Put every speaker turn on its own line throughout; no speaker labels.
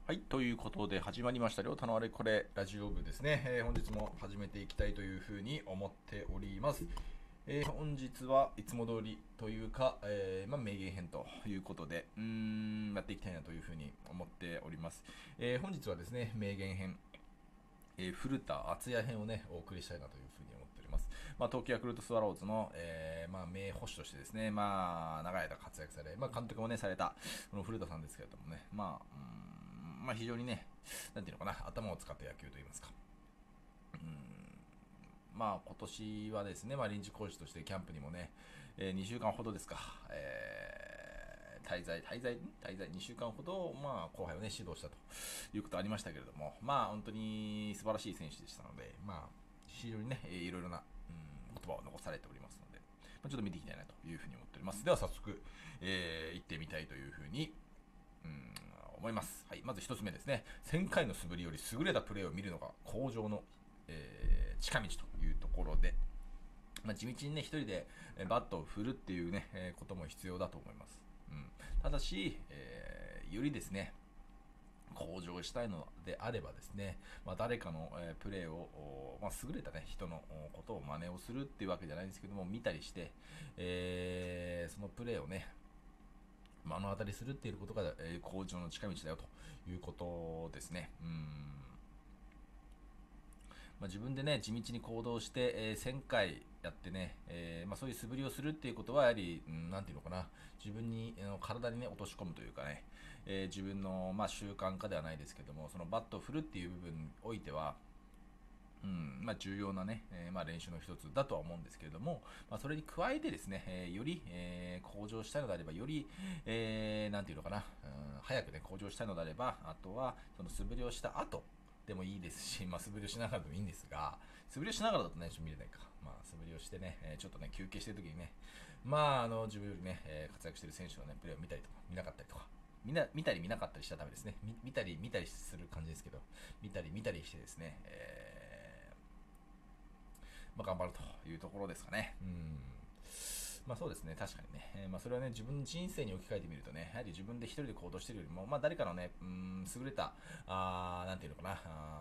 はい、ということで始まりました、りょうたのあれこれラジオ部ですね。本日も始めていきたいというふうに思っております。本日はいつも通りというか、名言編ということで、やっていきたいなというふうに思っております。本日はですね、名言編、古田敦也編をね、お送りしたいなというふうに思っております。東京ヤクルトスワローズの、名捕手としてですね、長い間活躍され、監督もね、された、この古田さんですけれどもね、非常にね、なんていうのかな、頭を使った野球といいますか。今年はですね、臨時コーチとしてキャンプにもね、2週間ほどですか、滞在2週間ほど、後輩をね、指導したということありましたけれども、本当に素晴らしい選手でしたので、非常にね、いろいろな、言葉を残されておりますので、ちょっと見ていきたいなというふうに思っております。では早速、行ってみたいというふうに、思います。はい、まず一つ目ですね。1000回の素振りより優れたプレーを見るのが向上の、近道というところで、地道にね、一人でバットを振るっていうね、ことも必要だと思います。ただし、よりですね、向上したいのであればですね、誰かの、プレーを、優れた、ね、人のことを真似をするっていうわけじゃないんですけども、見たりして、そのプレーをね、目の当たりするっていうことが、向上の近道だよということですね。自分でね、地道に行動して、1000回やってね、そういう素振りをするっていうことは、やはり、なんていうのかな、自分に、体にね、落とし込むというかね、自分の、習慣化ではないですけども、そのバットを振るっていう部分においては、重要なね、練習の一つだとは思うんですけれども、それに加えてですね、より、向上したいのであれば、より、なんていうのかな、早くね、向上したいのであれば、あとは、その素振りをした後でもいいですし、素振りをしながらでもいいんですが、素振りをしながらだとね、ちょっと見れないか。素振りをしてね、ちょっとね、休憩してる時にね、自分よりね、活躍してる選手のね、プレーを見たりとか、見なかったりとか、見たり見なかったりしちゃダメですね。見たり見たりする感じですけど、見たり見たりしてですね、頑張るというところですかね。そうですね、確かにね、それはね、自分の人生に置き換えてみるとね、やはり自分で一人で行動しているよりも、誰かのね、優れた、なんていうのかな、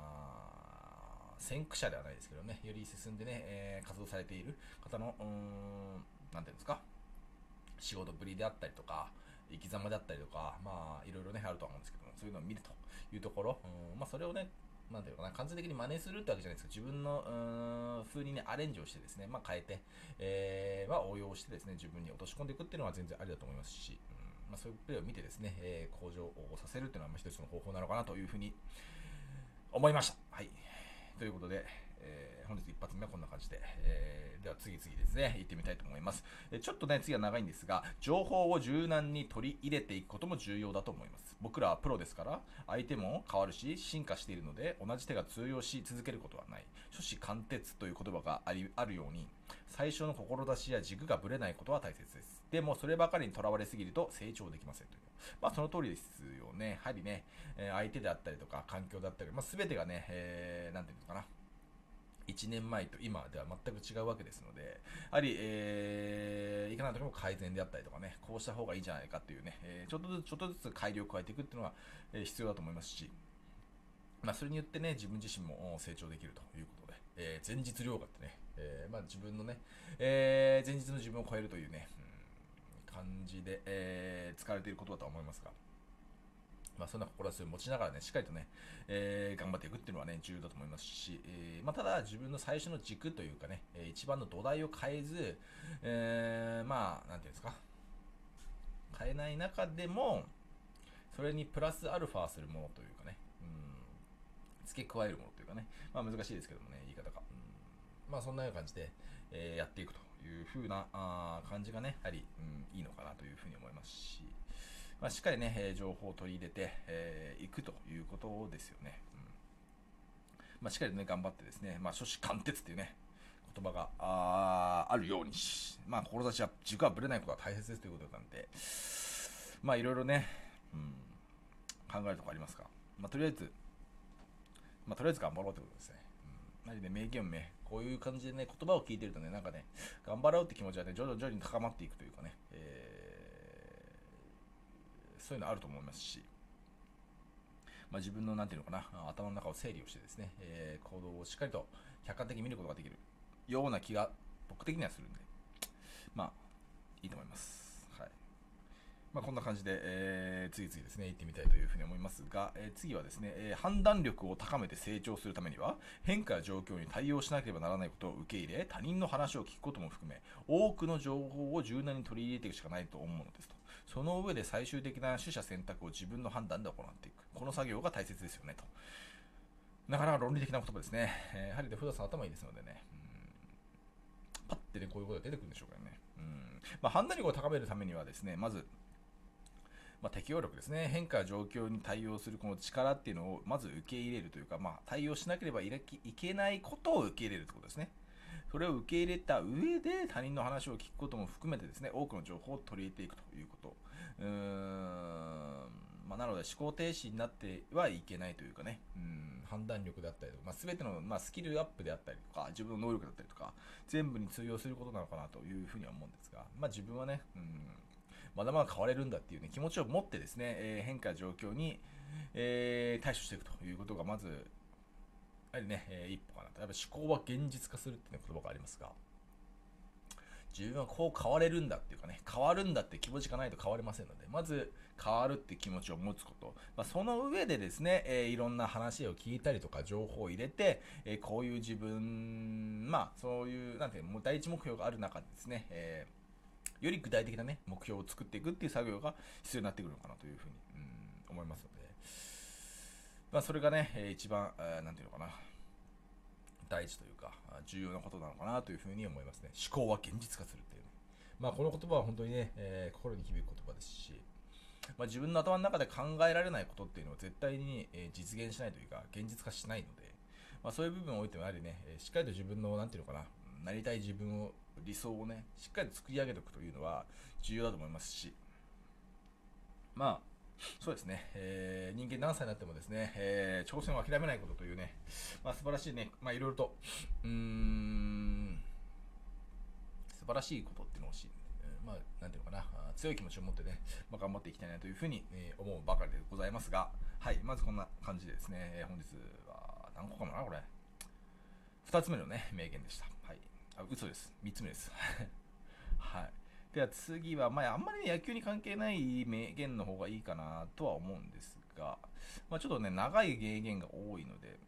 先駆者ではないですけどね、より進んでね、活動されている方の、なんていうんですか、仕事ぶりであったりとか、生き様であったりとか、いろいろね、あると思うんですけども、そういうのを見るというところ、それをね、なんていうのかな、完全的に真似するってわけじゃないですけど、自分の風にね、アレンジをしてですね、変えて、応用してですね、自分に落とし込んでいくっていうのは全然ありだと思いますし、そういうプレーを見てですね、向上をさせるっていうのは一つの方法なのかなというふうに思いました。はい。ということで、本日一発目はこんな感じで、では次々ですね、行ってみたいと思います。ちょっとね、次は長いんですが、情報を柔軟に取り入れていくことも重要だと思います。僕らはプロですから、相手も変わるし、進化しているので、同じ手が通用し続けることはない。初子貫徹という言葉があるように、最初の志や軸がぶれないことは大切です。でも、そればかりにとらわれすぎると成長できませんという。その通りですよね。やはりね、相手であったりとか、環境だったり、全てがね、なんていうのかな、1年前と今では全く違うわけですので、やはり、いかなとも改善であったりとかね、こうした方がいいんじゃないかっていうね、ちょっとずつ改良を加えていくっていうのは、必要だと思いますし、それによってね、自分自身も成長できるということで、前日量がってね、自分のね、前日の自分を超えるというね、感じで、使われていることだと思いますが、そんな志を持ちながらね、しっかりとね、頑張っていくっていうのはね、重要だと思いますし、ただ自分の最初の軸というかね、一番の土台を変えず、なんていうんですか、変えない中でも、それにプラスアルファするものというかね、付け加えるものというかね、難しいですけどもね、言い方が。そんなような感じで、やっていくという風な感じがね、やはり、いいのかなというふうに思いますし、しっかりね、情報を取り入れていくということですよね。しっかりとね、頑張ってですね、初子貫徹っていうね、言葉があるようにし、志は軸はぶれないことが大切ですということなんで、いろいろね、考えるところありますが、とりあえず、とりあえず頑張ろうということですね。なので、名言名、こういう感じでね、言葉を聞いてるとね、なんかね、頑張ろうって気持ちはね、徐々に高まっていくというかね、そういうのあると思いますし、 自分のなんていうのかな、頭の中を整理をしてですね、行動をしっかりと客観的に見ることができるような気が僕的にはするんで、いいと思います。はい。こんな感じで、次々ですね、行ってみたいというふうに思いますが、次はですね、判断力を高めて成長するためには、変化や状況に対応しなければならないことを受け入れ、他人の話を聞くことも含め、多くの情報を柔軟に取り入れていくしかないと思うのですと。その上で最終的な取捨選択を自分の判断で行っていく。この作業が大切ですよねと。なかなか論理的な言葉ですね。やはり古田さん頭いいですのでね、パッてね、こういうことが出てくるんでしょうかね。判断力を高めるためにはですね、まず、適応力ですね、変化状況に対応するこの力っていうのをまず受け入れるというか、対応しなければいけないことを受け入れるということですね。それを受け入れた上で他人の話を聞くことも含めてですね、多くの情報を取り入れていくということ。なので思考停止になってはいけないというかね、判断力だったりとか、全ての、スキルアップであったりとか、自分の能力だったりとか、全部に通用することなのかなというふうには思うんですが、自分はね、まだまだ変われるんだっていう、ね、気持ちを持ってですね、変化状況に、対処していくということがまずやはりね、一歩かなと。やっぱ思考は現実化するっていう、言葉がありますが、自分はこう変われるんだっていうかね、変わるんだって気持ちがないと変われませんので、まず変わるって気持ちを持つこと、その上でですね、いろんな話を聞いたりとか情報を入れて、こういう自分、そういうなんていうの、第一目標がある中でですね、より具体的なね、目標を作っていくっていう作業が必要になってくるのかなというふうに、思いますので、それがね、一番、なんていうのかな、大事というか、重要なことなのかなというふうに思いますね。思考は現実化するっていうね。この言葉は本当にね、心に響く言葉ですし、自分の頭の中で考えられないことっていうのを絶対に、実現しないというか、現実化しないので、そういう部分においてもやはりね、しっかりと自分の、なんていうのかな、なりたい自分を、理想をね、しっかりと作り上げておくというのは重要だと思いますし、そうですね、人間何歳になってもですね、挑戦を諦めないことというね、素晴らしいね、いろいろと、素晴らしいことっていうのをなんていうのかな、強い気持ちを持ってね、頑張っていきたいなというふうに、思うばかりでございますが、はい、まずこんな感じでですね、本日は何個かもな、これ。2つ目のね、名言でした。はい。嘘です。3つ目です。はい。では次は、あんまりね、野球に関係ない名言の方がいいかなとは思うんですが、ちょっとね、長い名言が多いので、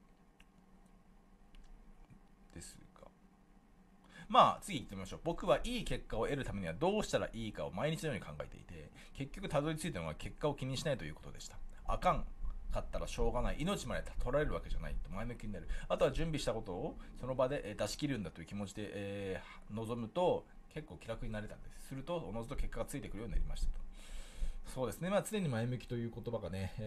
ですが、次行ってみましょう。僕はいい結果を得るためにはどうしたらいいかを毎日のように考えていて、結局たどり着いたのは結果を気にしないということでした。あかんかったらしょうがない。命まで取られるわけじゃないと前向きになる。あとは準備したことをその場で出し切るんだという気持ちで、臨むと結構気楽になれたんです。するとおのずと結果がついてくるようになりましたと。そうですね。常に前向きという言葉がね、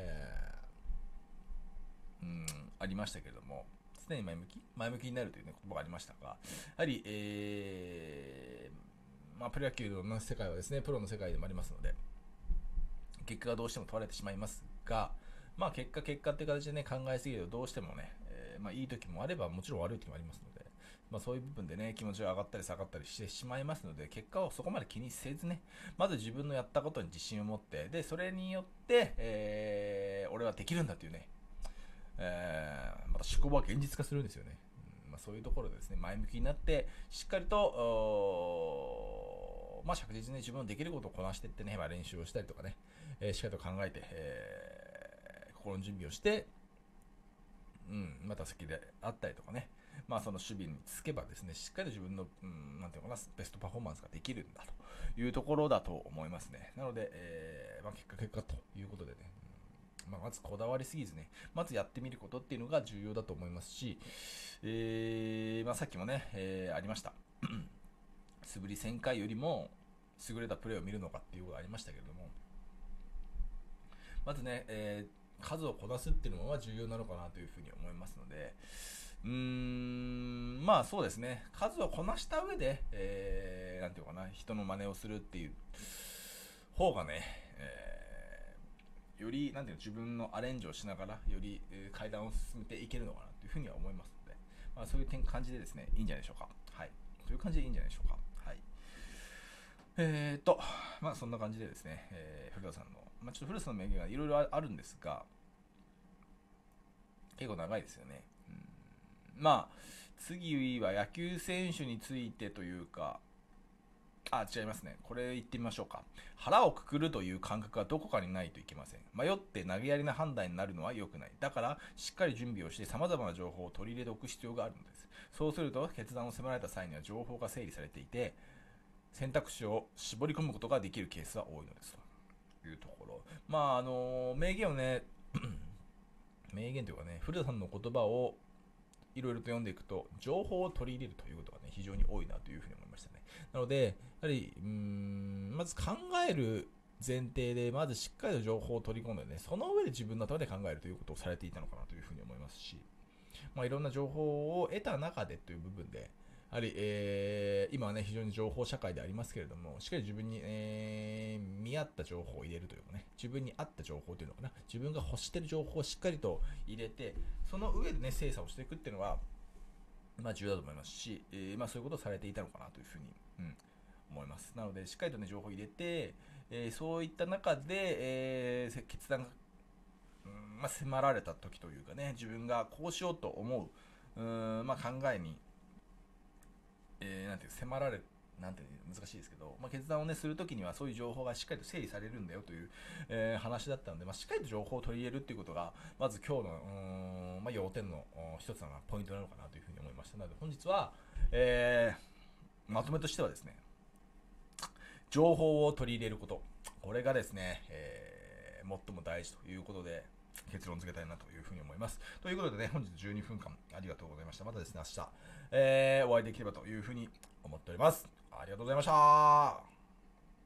ありましたけれども、常に前向きになるという、言葉がありましたが、やはり、プロ野球の世界はですね、プロの世界でもありますので、結果がどうしても問われてしまいますが、結果っていう形でね、考えすぎるとどうしてもね、いい時もあれば、もちろん悪い時もありますので、そういう部分でね、気持ちが上がったり下がったりしてしまいますので、結果をそこまで気にせずね、まず自分のやったことに自信を持って、で、それによって、俺はできるんだというね、また思考は現実化するんですよね。そういうところでですね、前向きになって、しっかりと、着実に自分のできることをこなしていってね、練習をしたりとかね、しっかりと考えて、心の準備をして、打席であったりとかね、その守備につけばですね、しっかりと自分の、なんていうのかな、ベストパフォーマンスができるんだというところだと思いますね。なので、結果ということでね、まずこだわりすぎずね、まずやってみることっていうのが重要だと思いますし、さっきもね、ありました。素振り1000回よりも優れたプレーを見るのかっていうことがありましたけれども、まずね、数をこなすっていうのも重要なのかなというふうに思いますので、そうですね、数をこなした上で、なんていうかな、人の真似をするっていう方がね、よりなんていうの、自分のアレンジをしながらより、階段を進めていけるのかなというふうには思いますので、そういう感じでですね、いいんじゃないでしょうか。はい。そういう感じでいいんじゃないでしょうか。はい。そんな感じでですね、古田さんの、ちょっと古田さんの名言がいろいろあるんですが、 結構長いですよね。まあ、次は野球選手についてというか、違いますね。これ言ってみましょうか。腹をくくるという感覚はどこかにないといけません。迷って投げやりな判断になるのは良くない。だから、しっかり準備をして様々な情報を取り入れておく必要があるのです。そうすると、決断を迫られた際には情報が整理されていて、選択肢を絞り込むことができるケースは多いのです。というところ。名言をね、名言というかね、古田さんの言葉をいろいろと読んでいくと、情報を取り入れるということがね、非常に多いなというふうに思いましたね。なので、やはり、まず考える前提で、まずしっかりと情報を取り込んでね、その上で自分の頭で考えるということをされていたのかなというふうに思いますし、いろんな情報を得た中でという部分で、やはり、今はね、非常に情報社会でありますけれども、しっかり自分に、見合った情報を入れるというかね、自分に合った情報というのかな、自分が欲している情報をしっかりと入れて、その上でね、精査をしていくっていうのは、重要だと思いますし、そういうことをされていたのかなというふうに、思います。なので、しっかりとね、情報を入れて、そういった中で、決断が、迫られた時というかね、自分がこうしようと思う、考えに、なんていう迫られる、なんていう難しいですけど、決断をねするときにはそういう情報がしっかりと整理されるんだよという、話だったので、しっかりと情報を取り入れるっていうことがまず今日の要点の一つのポイントなのかなというふうに思いました。なので本日は、まとめとしてはですね、情報を取り入れること、これがですね、最も大事ということで結論付けたいなというふうに思います。ということでね、本日12分間ありがとうございました。またですね、明日、お会いできればというふうに思っております。ありがとうございました。